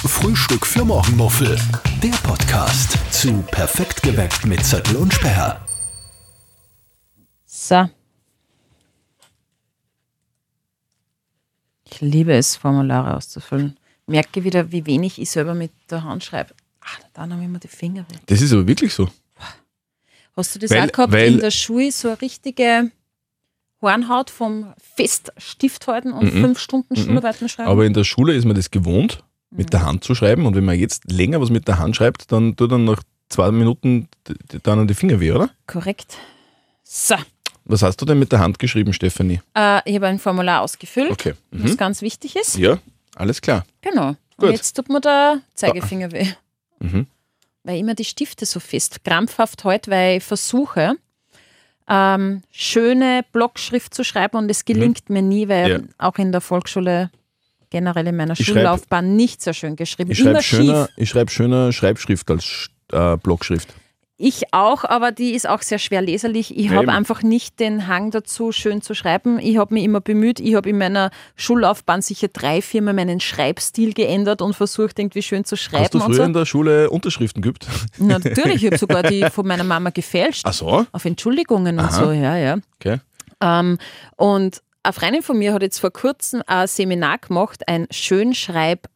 Frühstück für Morgenmuffel. Der Podcast zu Perfekt geweckt mit Zettel und Sperr. So. Ich liebe es, Formulare auszufüllen. Merke wieder, wie wenig ich selber mit der Hand schreibe. Ach, da haben immer die Finger weg. Das ist aber wirklich so. Hast du das auch gehabt in der Schule, so eine richtige Hornhaut vom Feststift halten und 5 Stunden Schularbeiten schreiben? Aber in der Schule ist man das gewohnt, mit der Hand zu schreiben. Und wenn man jetzt länger was mit der Hand schreibt, dann tut dann nach 2 Minuten dann die Finger weh, oder? Korrekt. So. Was hast du denn mit der Hand geschrieben, Stefanie? Ich habe ein Formular ausgefüllt, Okay. was ganz wichtig ist. Ja, alles klar. Genau. Gut. Und jetzt tut mir der Zeigefinger weh. Mhm. Weil ich immer die Stifte so fest krampfhaft halte, weil ich versuche, schöne Blockschrift zu schreiben und es gelingt mir nie, weil auch in der Volksschule generell in meiner Schullaufbahn nicht so schön geschrieben. Ich schreibe schöner Schreibschrift als Blockschrift. Ich auch, aber die ist auch sehr schwer leserlich. Ich habe einfach nicht den Hang dazu, schön zu schreiben. Ich habe mich immer bemüht. Ich habe in meiner Schullaufbahn sicher 3-4 Mal meinen Schreibstil geändert und versucht, irgendwie schön zu schreiben. Hast du früher in der Schule Unterschriften geübt? Natürlich, ich habe sogar die von meiner Mama gefälscht. Ach so? Auf Entschuldigungen und so, ja. Okay. Und eine Freundin von mir hat jetzt vor kurzem ein Seminar gemacht, ein Schönschreib-Seminar.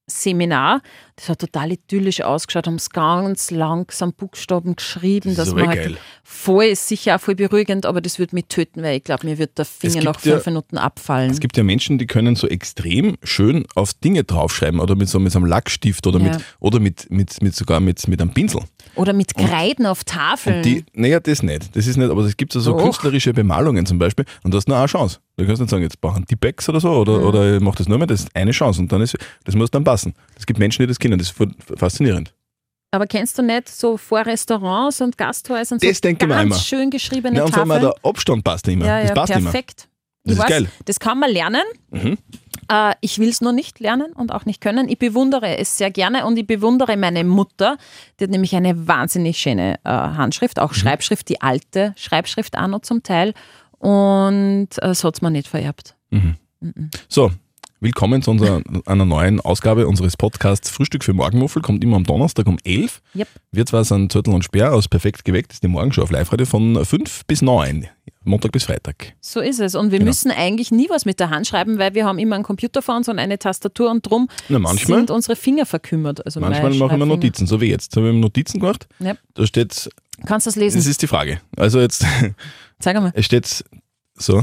Das hat total idyllisch ausgeschaut, haben es ganz langsam Buchstaben geschrieben. Das ist man aber halt geil. voll ist sicher auch voll beruhigend, aber das würde mich töten, weil ich glaube, mir wird der Finger nach 5 Minuten abfallen. Es gibt ja Menschen, die können so extrem schön auf Dinge draufschreiben oder mit so einem Lackstift oder mit einem Pinsel. Oder mit Kreiden auf Tafeln. Das nicht. Das ist nicht, aber es gibt so künstlerische Bemalungen zum Beispiel und du hast nur eine Chance. Du kannst nicht sagen, jetzt brauche ich einen Tippex oder so oder ich mache das nur mehr, das ist eine Chance und das muss dann passen. Es gibt Menschen, die das kennen, das ist faszinierend. Aber kennst du nicht so vor Restaurants und Gasthäusern so ganz schön geschriebene und vor Tafeln? allem der Abstand passt nicht mehr. Das passt perfekt. Nicht mehr. Das ist geil. Das kann man lernen. Mhm. Ich will es nur nicht lernen und auch nicht können. Ich bewundere es sehr gerne und ich bewundere meine Mutter. Die hat nämlich eine wahnsinnig schöne Handschrift, auch Schreibschrift, die alte Schreibschrift auch noch zum Teil. Und das hat es mir nicht vererbt. So, willkommen zu einer neuen Ausgabe unseres Podcasts Frühstück für Morgenmuffel. Kommt immer am Donnerstag um 11. Yep. Wir zwar sind Zettel und Sperr aus Perfekt geweckt. Das ist die Morgenshow auf Live-Radio von 5 bis 9. Montag bis Freitag. So ist es. Und wir müssen eigentlich nie was mit der Hand schreiben, weil wir haben immer einen Computer vor uns und eine Tastatur und drum sind unsere Finger verkümmert. Also manchmal machen wir Notizen, so wie jetzt. Jetzt habe ich Notizen gemacht. Yep. Da steht. Kannst du das lesen? Das ist die Frage. Also jetzt. Zeig einmal. Es steht so.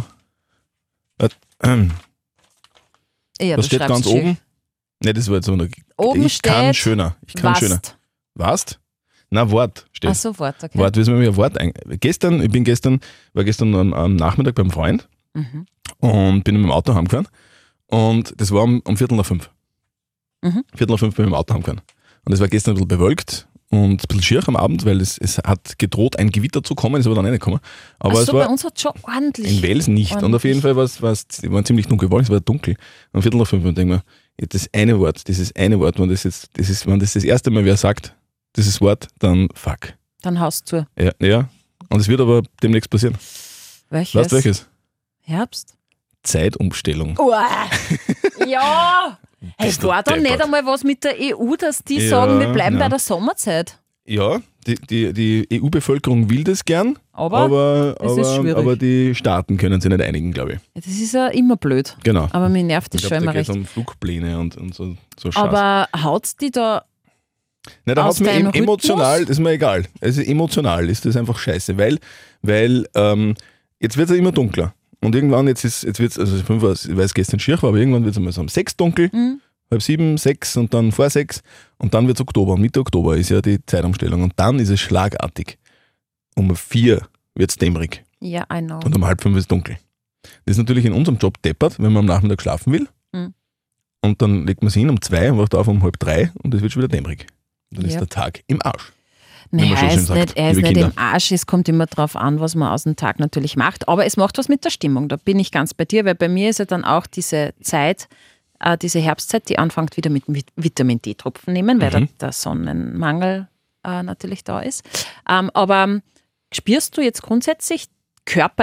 Ja, was steht ganz oben? Ne, das war jetzt so eine. Oben ich kann schöner. Was? Na, Wort steht. Ach so, Wort, okay. Wort, wissen wir mir Wort war gestern am Nachmittag beim Freund und bin mit dem Auto heimgefahren und das war um 4:45. 4:45 bin ich mit dem Auto heimgefahren. Und es war gestern ein bisschen bewölkt und ein bisschen schier am Abend, weil es hat gedroht, ein Gewitter zu kommen, es war dann nicht gekommen. Aber es war bei uns hat es schon ordentlich. in Wels nicht. Ordentlich. Und auf jeden Fall war es ziemlich dunkel geworden, es war dunkel. Um 4:45 und denke mir, dieses eine Wort, wenn das erste Mal wer sagt, dieses Wort, dann fuck. Dann haust du. Ja. Und es wird aber demnächst passieren. Welches? Weißt du welches? Herbst? Zeitumstellung. Ja! Hey, war da nicht einmal was mit der EU, dass die sagen, wir bleiben bei der Sommerzeit? Ja, die EU-Bevölkerung will das gern, aber die Staaten können sich nicht einigen, glaube ich. Ja, das ist ja immer blöd. Genau. Aber mir nervt das schon immer recht. Es geht um Flugpläne und so Scheiß. Aber haut's die da Nein, da hat es mir emotional, Rhythmus? das ist mir egal. Also emotional ist das einfach scheiße, weil jetzt wird es ja immer dunkler. Und irgendwann, jetzt wird es, also 5 Uhr, weil es gestern schier war, aber irgendwann wird es einmal so um 6 dunkel, 6:30, 6 und dann vor 6 und dann wird es Oktober. Und Mitte Oktober ist ja die Zeitumstellung und dann ist es schlagartig. Um 4 wird es dämmerig. Ja, I know. Und um 4:30 ist es dunkel. Das ist natürlich in unserem Job deppert, wenn man am Nachmittag schlafen will. Und dann legt man sich hin um 2 und wacht auf um 2:30 und es wird schon wieder dämmerig. Dann ist der Tag im Arsch. Nein, er ist nicht im Arsch, es kommt immer darauf an, was man aus dem Tag natürlich macht, aber es macht was mit der Stimmung, da bin ich ganz bei dir, weil bei mir ist ja dann auch diese Zeit, diese Herbstzeit, die anfängt wieder mit Vitamin D-Tropfen nehmen, weil der Sonnenmangel natürlich da ist. Aber spürst du jetzt grundsätzlich körperlich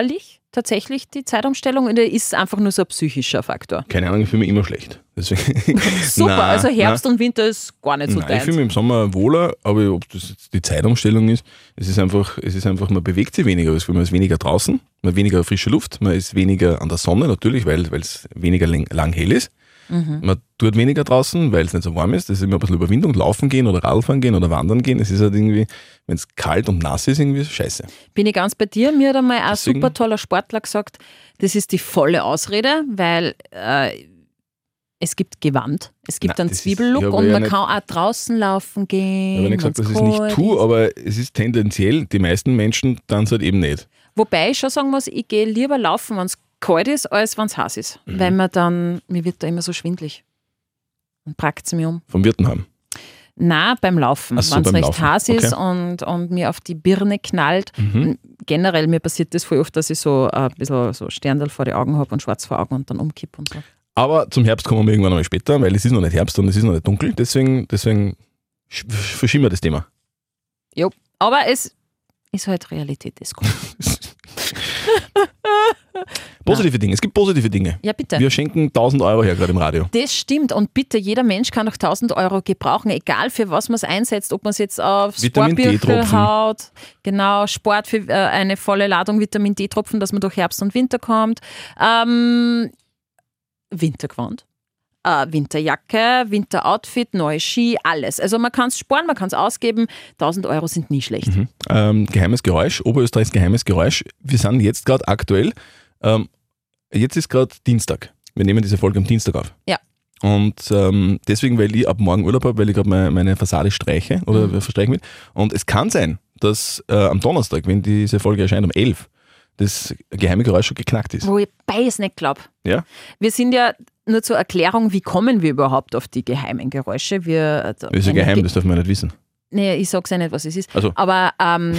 tatsächlich die Zeitumstellung oder ist es einfach nur so ein psychischer Faktor? Keine Ahnung, ich fühle mich immer schlecht. Deswegen Super, also Herbst und Winter ist gar nicht so deins. Ich fühle mich im Sommer wohler, aber ob das jetzt die Zeitumstellung ist, es ist einfach, man bewegt sich weniger, man ist weniger draußen, man hat weniger frische Luft, man ist weniger an der Sonne natürlich, weil es weniger lang hell ist. Man tut weniger draußen, weil es nicht so warm ist. Das ist immer ein bisschen Überwindung. Laufen gehen oder Radfahren gehen oder wandern gehen. Es ist halt irgendwie, wenn es kalt und nass ist, irgendwie scheiße. Bin ich ganz bei dir. Mir hat einmal ein super toller Sportler gesagt, das ist die volle Ausrede, weil es gibt Gewand, es gibt einen Zwiebellook und man kann auch draußen laufen gehen. Ich habe nicht gesagt, dass ich es nicht tue, aber es ist tendenziell, die meisten Menschen tun es halt eben nicht. Wobei ich schon sagen muss, ich gehe lieber laufen, wenn es kalt ist, als wenn es heiß ist. Weil mir wird da immer so schwindelig. Und packt es mich um. Vom Wirtenheim? Nein, beim Laufen. So, wenn es recht Laufen. heiß ist und mir auf die Birne knallt. Generell, mir passiert das voll oft, dass ich so ein bisschen so Sterndal vor die Augen habe und schwarz vor Augen und dann umkippe und so. Aber zum Herbst kommen wir irgendwann einmal später, weil es ist noch nicht Herbst und es ist noch nicht dunkel. Deswegen verschieben wir das Thema. Jo, aber es ist halt Realität des Kunden. Positive Dinge, es gibt positive Dinge. Ja, bitte. Wir schenken 1.000 Euro her gerade im Radio. Das stimmt und bitte, jeder Mensch kann auch 1.000 Euro gebrauchen, egal für was man es einsetzt, ob man es jetzt auf Sportbücher haut, genau, Sport für eine volle Ladung Vitamin D-Tropfen, dass man durch Herbst und Winter kommt, Wintergewand, Winterjacke, Winteroutfit, neue Ski, alles. Also man kann es sparen, man kann es ausgeben, 1.000 Euro sind nie schlecht. Geheimes Geräusch, Oberösterreichs geheimes Geräusch. Wir sind jetzt gerade aktuell, jetzt ist gerade Dienstag. Wir nehmen diese Folge am Dienstag auf. Ja. Und deswegen, weil ich ab morgen Urlaub habe, weil ich gerade meine Fassade streiche oder verstreichen will. Und es kann sein, dass am Donnerstag, wenn diese Folge erscheint, um 11, das geheime Geräusch schon geknackt ist. Wobei ich es nicht glaube. Ja? Wir sind ja, nur zur Erklärung, wie kommen wir überhaupt auf die geheimen Geräusche? Das ist ja geheim, das darf man nicht wissen. Nee, ich sage ja nicht, was es ist. Also. Aber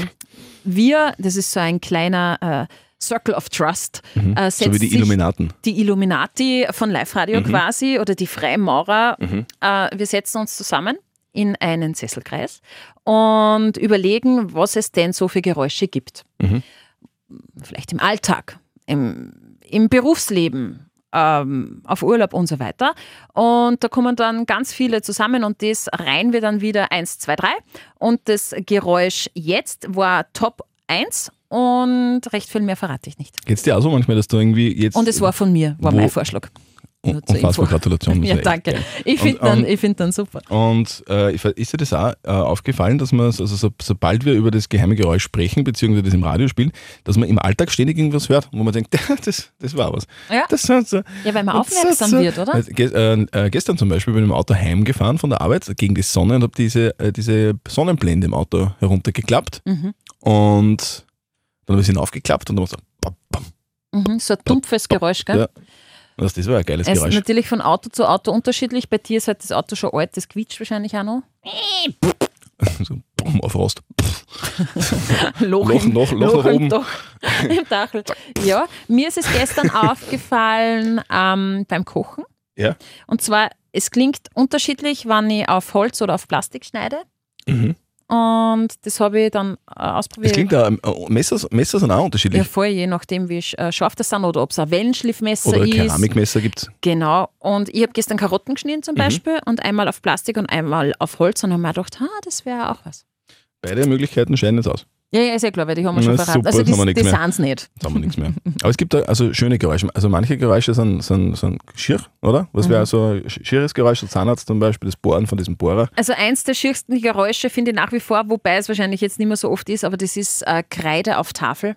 das ist so ein kleiner Circle of Trust. So wie die Illuminaten. Die Illuminati von Live-Radio quasi oder die Freimaurer. Wir setzen uns zusammen in einen Sesselkreis und überlegen, was es denn so für Geräusche gibt. Vielleicht im Alltag, im Berufsleben, auf Urlaub und so weiter. Und da kommen dann ganz viele zusammen und das reihen wir dann wieder 1, 2, 3. Und das Geräusch jetzt war Top 1 und recht viel mehr verrate ich nicht. Geht es dir auch so manchmal, dass du irgendwie jetzt... Und es war von mir, war mein Vorschlag. Unfassbar, Gratulation. Ja, danke. Ich finde dann super. Und ist dir das auch aufgefallen, dass man, also sobald wir über das geheime Geräusch sprechen, beziehungsweise das im Radio spielen, dass man im Alltag ständig irgendwas hört, wo man denkt, das war was. Ja, das so, ja, weil man aufmerksam wird, oder? Gestern zum Beispiel bin ich im Auto heimgefahren von der Arbeit gegen die Sonne und habe diese Sonnenblende im Auto heruntergeklappt und dann habe ich sie aufgeklappt und dann war es so bam, bam. So ein dumpfes Geräusch, gell? Ja. Das war ein geiles Geräusch. Es ist natürlich von Auto zu Auto unterschiedlich. Bei dir ist halt das Auto schon alt, das quietscht wahrscheinlich auch noch. So auf Rost. Loch im oben. Im Dachel. Ja, mir ist es gestern aufgefallen beim Kochen. Ja. Und zwar, es klingt unterschiedlich, wenn ich auf Holz oder auf Plastik schneide. Und das habe ich dann ausprobiert. Es klingt auch, Messer sind auch unterschiedlich. Ja, voll, je nachdem, wie scharf das sind oder ob es ein Wellenschliffmesser ist. Oder ein Keramikmesser gibt es. Genau. Und ich habe gestern Karotten geschnitten zum Beispiel und einmal auf Plastik und einmal auf Holz und habe mir gedacht, das wäre auch was. Beide Möglichkeiten scheinen jetzt aus. Ja, ist ja klar, weil die haben wir schon verraten. Super, also die sind es nicht. Da haben wir nichts mehr. Aber es gibt da also schöne Geräusche. Also manche Geräusche sind schier, oder? Was wäre so ein schieres Geräusch, so Zahnarzt zum Beispiel, das Bohren von diesem Bohrer? Also eins der schiersten Geräusche finde ich nach wie vor, wobei es wahrscheinlich jetzt nicht mehr so oft ist, aber das ist Kreide auf Tafel.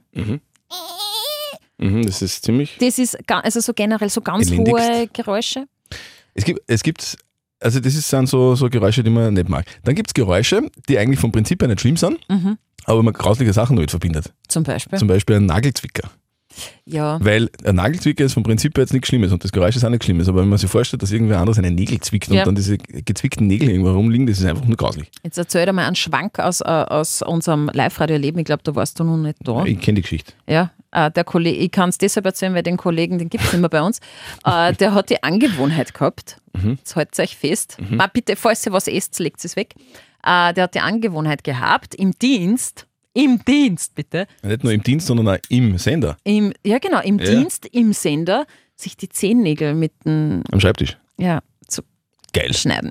Das ist ziemlich... Das ist also so generell so ganz hohe Geräusche. Es gibt also das sind so Geräusche, die man nicht mag. Dann gibt es Geräusche, die eigentlich vom Prinzip her nicht schlimm sind, aber man grausliche Sachen damit verbindet. Zum Beispiel? Zum Beispiel ein Nagelzwicker. Ja. Weil ein Nagelzwicker ist vom Prinzip her jetzt nichts Schlimmes und das Geräusch ist auch nichts Schlimmes, aber wenn man sich vorstellt, dass irgendwer anderes einen Nägel zwickt und dann diese gezwickten Nägel irgendwo rumliegen, das ist einfach nur grauslich. Jetzt erzähl dir mal einen Schwank aus unserem Live-Radio-Leben. Ich glaube, da warst du noch nicht da. Ich kenne die Geschichte. Ja, der Kollege, ich kann es deshalb erzählen, weil den Kollegen, den gibt es nicht mehr bei uns, der hat die Angewohnheit gehabt, jetzt haltet euch fest, bitte, falls ihr was esst, legt es weg, der hat die Angewohnheit gehabt, im Dienst im Dienst, bitte. Nicht nur im Dienst, sondern auch im Sender. Im Dienst, im Sender, sich die Zehennägel mit dem... Am Schreibtisch. Ja, zu Geil. schneiden.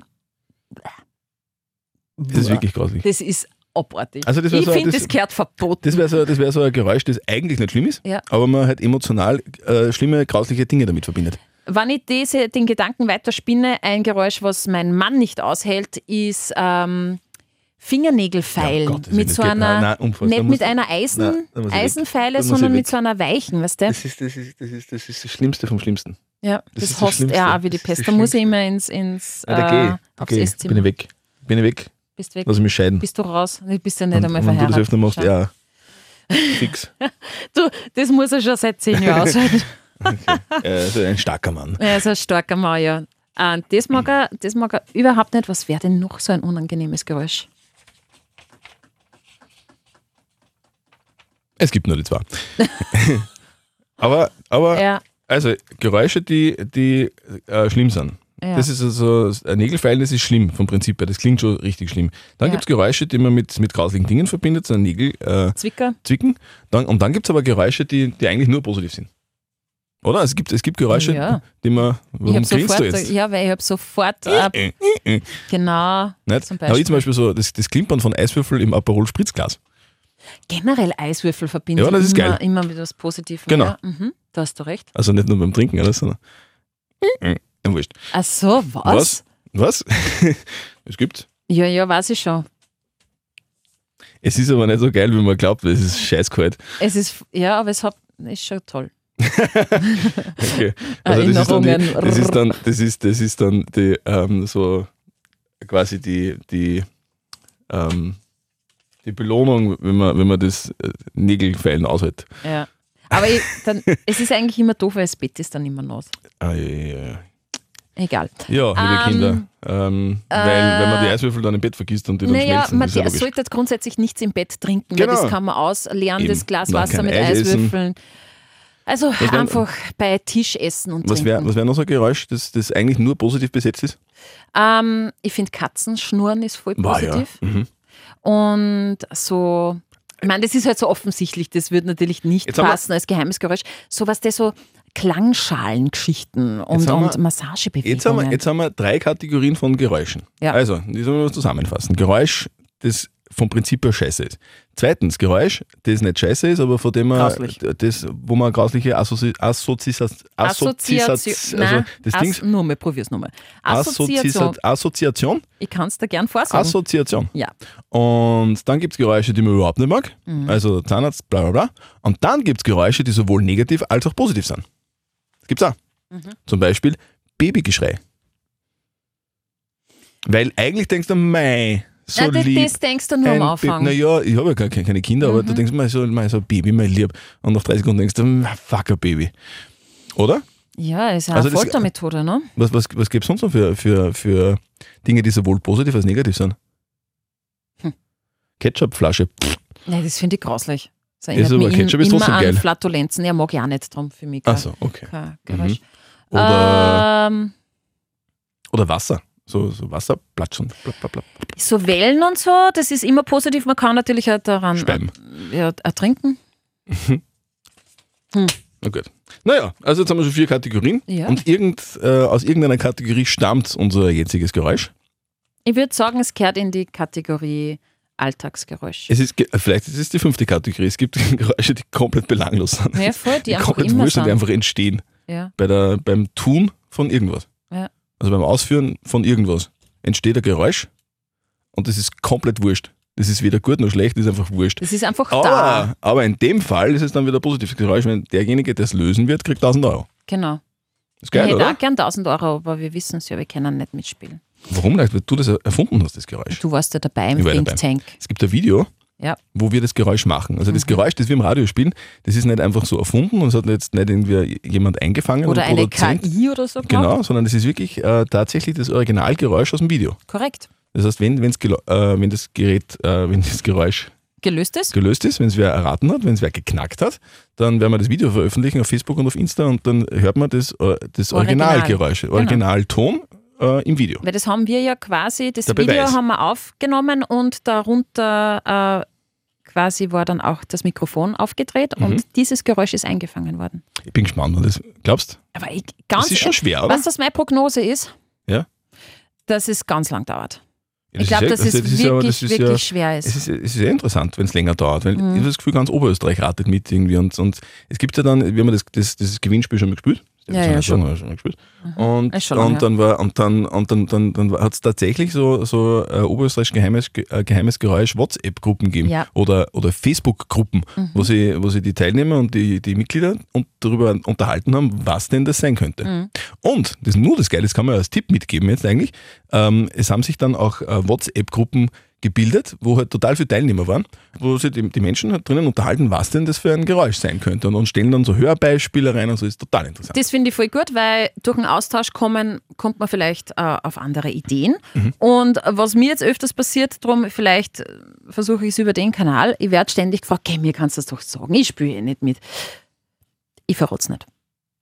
Das ist wirklich grauslich. Das ist abartig. Also das ich finde, das gehört verboten. Das wäre so ein Geräusch, das eigentlich nicht schlimm ist, aber man halt emotional schlimme, grausliche Dinge damit verbindet. Wenn ich den Gedanken weiterspinne, ein Geräusch, was mein Mann nicht aushält, ist Fingernägelfeilen. Ja, Gott, mit so einer, nicht mit einer Eisenfeile, sondern mit so einer weichen, weißt du? Das ist das Schlimmste vom Schlimmsten. Ja, das hasst er auch wie die Pest. Da muss ich immer aufs Esszimmer. Bin ich weg. Bist weg. Lass mich scheiden. Bist du raus? Du bist ja nicht einmal verheiratet. Wenn du das öfter machst, Schau. ja, fix. Du, das muss er schon seit 10 Jahren aushalten. Okay. Er ist ein starker Mann. Er ist ein starker Mann, ja. Das mag er überhaupt nicht. Was wäre denn noch so ein unangenehmes Geräusch? Es gibt nur die zwei. aber ja. Also Geräusche, die schlimm sind. Ja. Das ist also, ein Nägelfeilen, das ist schlimm vom Prinzip her. Das klingt schon richtig schlimm. Dann gibt es Geräusche, die man mit grauslichen Dingen verbindet, so ein Nägel zwicken. Und dann gibt es aber Geräusche, die eigentlich nur positiv sind. Oder? Also es gibt Geräusche, die man... Warum klingst du jetzt? Ja, weil ich habe sofort... genau. Nicht? Zum Beispiel. Ich zum Beispiel so das Klimpern von Eiswürfel im Aperol Spritzglas. Generell Eiswürfel verbinde ich immer mit was Positivem. Genau. Ja, da hast du recht. Also nicht nur beim Trinken, oder? Sondern... Wurscht. Ach so, was? Was? Es gibt's. Ja, weiß ich schon. Es ist aber nicht so geil, wie man glaubt, weil es ist scheißkalt. Aber es ist schon toll. Okay. Also das ist dann die so quasi die Belohnung, wenn man das Nägelfeilen aushält. Ja. Aber es ist eigentlich immer doof, weil das Bett ist dann immer nass. Ja. Egal. Ja, liebe Kinder. Weil wenn man die Eiswürfel dann im Bett vergisst und die dann schmelzen, man sollte grundsätzlich nichts im Bett trinken, weil das kann man ausleeren, das Glas Wasser mit Eiswürfeln. Also einfach bei Tisch essen und trinken. Was wäre noch so ein Geräusch, das eigentlich nur positiv besetzt ist? Ich finde Katzenschnurren ist voll positiv. Ja. Und so... Ich meine, das ist halt so offensichtlich, das würde natürlich nicht passen als geheimes Geräusch. Sowas, der so Klangschalengeschichten und Massagebewegungen. Jetzt haben wir 3 Kategorien von Geräuschen. Ja. Also, die sollen wir zusammenfassen. Geräusch, das vom Prinzip her scheiße ist. Zweitens, Geräusch, das nicht scheiße ist, aber von dem wo man grausliche Assoziation. Ich kann es da gern vorsagen. Assoziation. Ja. Und dann gibt es Geräusche, die man überhaupt nicht mag. Also Zahnarzt, bla bla bla. Und dann gibt es Geräusche, die sowohl negativ als auch positiv sind. Das gibt es auch. Zum Beispiel Babygeschrei. Weil eigentlich denkst du, so lieb. Das denkst du nur am Anfang. Naja, ich habe ja keine Kinder, aber du denkst mal so ein Baby, mein Lieb. Und nach 3 Sekunden denkst du, fuck ein Baby. Oder? Ja, ist eine Foltermethode, ne? Was gibt es sonst noch für Dinge, die sowohl positiv als negativ sind? Ketchupflasche. Nein, das finde ich grauslich. Das ist aber Ketchup ist trotzdem geil. Flatulenzen. Ja, mag ich auch nicht drum für mich. Ach so, okay. Oder Wasser. So Wasserplatschen. So Wellen und so, das ist immer positiv. Man kann natürlich auch daran ertrinken. Na gut. Naja, also jetzt haben wir schon 4 Kategorien. Ja. Und aus irgendeiner Kategorie stammt unser jetziges Geräusch. Ich würde sagen, es gehört in die Kategorie Alltagsgeräusche. Vielleicht ist es die 5. Kategorie. Es gibt Geräusche, die komplett belanglos sind. Ja, voll, die einfach komplett immer sind. Die einfach entstehen. Ja. Beim Tun von irgendwas. Ja. Also beim Ausführen von irgendwas entsteht ein Geräusch und das ist komplett wurscht. Das ist weder gut noch schlecht, das ist einfach wurscht. Das ist einfach da. Aber in dem Fall ist es dann wieder ein positives Geräusch, wenn derjenige, der es lösen wird, kriegt 1.000 Euro. Genau. Das ist geil, ich hätte oder? auch gern 1.000 Euro, aber wir wissen es ja, wir können nicht mitspielen. Warum nicht? Weil du das erfunden hast, das Geräusch. Du warst ja dabei im Think Tank. Es gibt ein Video, wo wir das Geräusch machen. Also das Geräusch, das wir im Radio spielen, das ist nicht einfach so erfunden und es hat jetzt nicht irgendwie jemand eingefangen. Oder eine KI oder so. Genau, sondern das ist wirklich tatsächlich das Originalgeräusch aus dem Video. Korrekt. Das heißt, wenn das Geräusch gelöst ist, wenn es wer erraten hat, wenn es wer geknackt hat, dann werden wir das Video veröffentlichen auf Facebook und auf Insta und dann hört man das Originalgeräusch, Originalton im Video. Weil das haben wir ja quasi, das Video haben wir aufgenommen und darunter quasi war dann auch das Mikrofon aufgedreht und dieses Geräusch ist eingefangen worden. Ich bin gespannt, was du glaubst. Aber das ist schon schwer, oder? Was das meine Prognose ist, dass es ganz lang dauert. Ich glaube, dass es wirklich schwer ist. Es ist sehr interessant, wenn es länger dauert, weil ich habe das Gefühl, ganz Oberösterreich ratet mit irgendwie und es gibt ja dann, wir haben das Gewinnspiel schon mal gespielt. Schon mal gespielt. Und dann hat es tatsächlich so oberösterreichisch geheimes Geräusch WhatsApp-Gruppen gegeben oder Facebook-Gruppen, wo sie die Teilnehmer und die Mitglieder darüber unterhalten haben, was denn das sein könnte. Und das Geile, das kann man als Tipp mitgeben jetzt eigentlich, es haben sich dann auch WhatsApp-Gruppen gebildet, wo halt total viele Teilnehmer waren, wo sich die Menschen halt drinnen unterhalten, was denn das für ein Geräusch sein könnte und stellen dann so Hörbeispiele rein und so, ist total interessant. Das finde ich voll gut, weil durch den Austausch kommt man vielleicht auf andere Ideen und was mir jetzt öfters passiert, darum vielleicht versuche ich es über den Kanal, ich werde ständig gefragt, mir kannst du das doch sagen, ich spiele nicht mit. Ich verrate es nicht.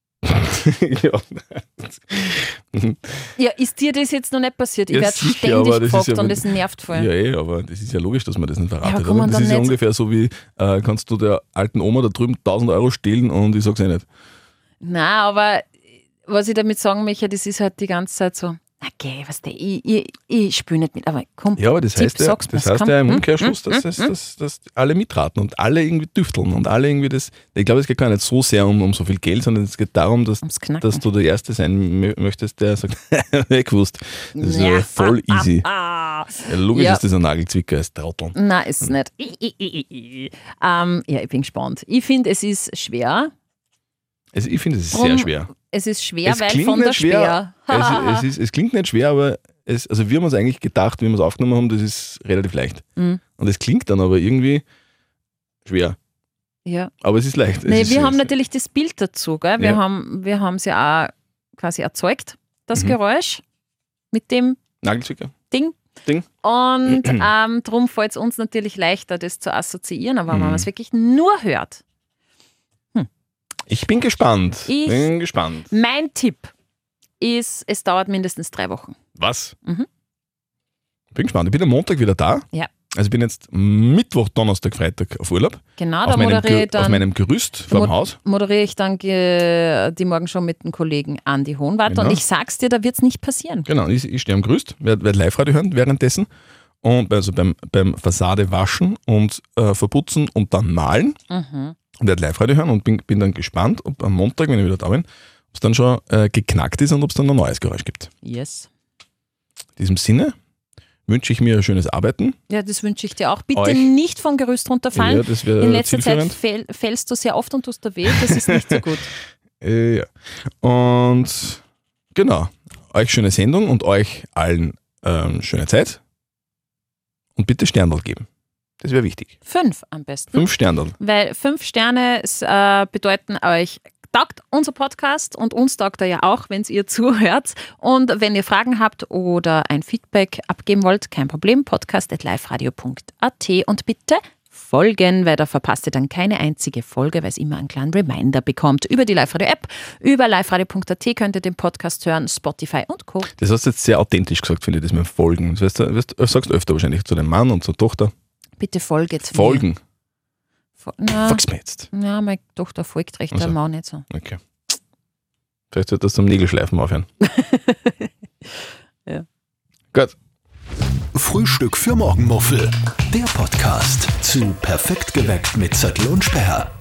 Ja, ist dir das jetzt noch nicht passiert? Ich werde ständig gefragt und das nervt voll. Ja, aber das ist ja logisch, dass man das nicht verratet. Ja, das ist ja ungefähr so wie, kannst du der alten Oma da drüben 1.000 Euro stehlen und ich sag's eh nicht. Nein, aber was ich damit sagen möchte, das ist halt die ganze Zeit so, okay, ich spiele nicht mit, aber komm, ja, aber das heißt ja im Umkehrschluss, dass alle mitraten und alle irgendwie düfteln und alle irgendwie das, ich glaube, es geht gar nicht so sehr um so viel Geld, sondern es geht darum, dass du der Erste sein möchtest, der sagt, weggewusst. Das ist ja voll easy. Ja, logisch ist das ein Nagelzwicker als Trottel. Nein, ist es nicht. Ich bin gespannt. Ich finde, es ist schwer. Also ich finde, es ist sehr schwer. Es ist schwer, weil von der Speer. Es klingt nicht schwer, aber wir haben uns eigentlich gedacht, wie wir es aufgenommen haben, das ist relativ leicht. Und es klingt dann aber irgendwie schwer. Ja. Aber es ist leicht. Wir haben natürlich das Bild dazu. Gell? Wir haben es ja auch quasi erzeugt, das Geräusch mit dem Nagelzwicker. Ding. Und darum fällt es uns natürlich leichter, das zu assoziieren. Aber wenn man es wirklich nur hört. Ich bin gespannt. Mein Tipp ist, es dauert mindestens 3 Wochen. Was? Bin gespannt. Ich bin am Montag wieder da. Ja. Also ich bin jetzt Mittwoch, Donnerstag, Freitag auf Urlaub. Genau, da moderiere ich dann. Auf meinem Gerüst vorm Haus. Moderiere ich dann die morgen schon mit dem Kollegen Andi Hohenwarter. Genau. Und ich sag's dir, da wird es nicht passieren. Genau, ich stehe am Gerüst, werde Live-Radio hören währenddessen. Und also beim Fassade waschen und verputzen und dann malen. Und werde Live-Radio hören und bin dann gespannt, ob am Montag, wenn ich wieder da bin, ob es dann schon geknackt ist und ob es dann ein neues Geräusch gibt. Yes. In diesem Sinne wünsche ich mir ein schönes Arbeiten. Ja, das wünsche ich dir auch. Bitte nicht vom Gerüst runterfallen. Ja, das wäre in letzter Zeit fällst du sehr oft und tust da weh. Das ist nicht so gut. Ja. Und genau, euch schöne Sendung und euch allen schöne Zeit. Und bitte Sternerl geben. Das wäre wichtig. 5 am besten. 5 Sternerl. Weil 5 Sterne bedeuten euch, taugt unser Podcast und uns taugt er ja auch, wenn ihr zuhört. Und wenn ihr Fragen habt oder ein Feedback abgeben wollt, kein Problem, podcast@liveradio.at und bitte folgen, weil da verpasst ihr dann keine einzige Folge, weil es immer einen kleinen Reminder bekommt. Über die Live-Radio-App, über liveradio.at könnt ihr den Podcast hören, Spotify und Co. Das hast du jetzt sehr authentisch gesagt, finde ich, das mit dem Folgen. Das sagst du öfter wahrscheinlich zu deinem Mann und zur Tochter. Bitte folgt mir. Folgen. Sag's mir jetzt. Ja, meine Tochter folgt recht, der Mann nicht so. Okay. Vielleicht sollte das zum Nägelschleifen aufhören. Ja. Gut. Frühstück für Morgenmuffel. Der Podcast zu Perfekt geweckt mit Zettel und Sperr.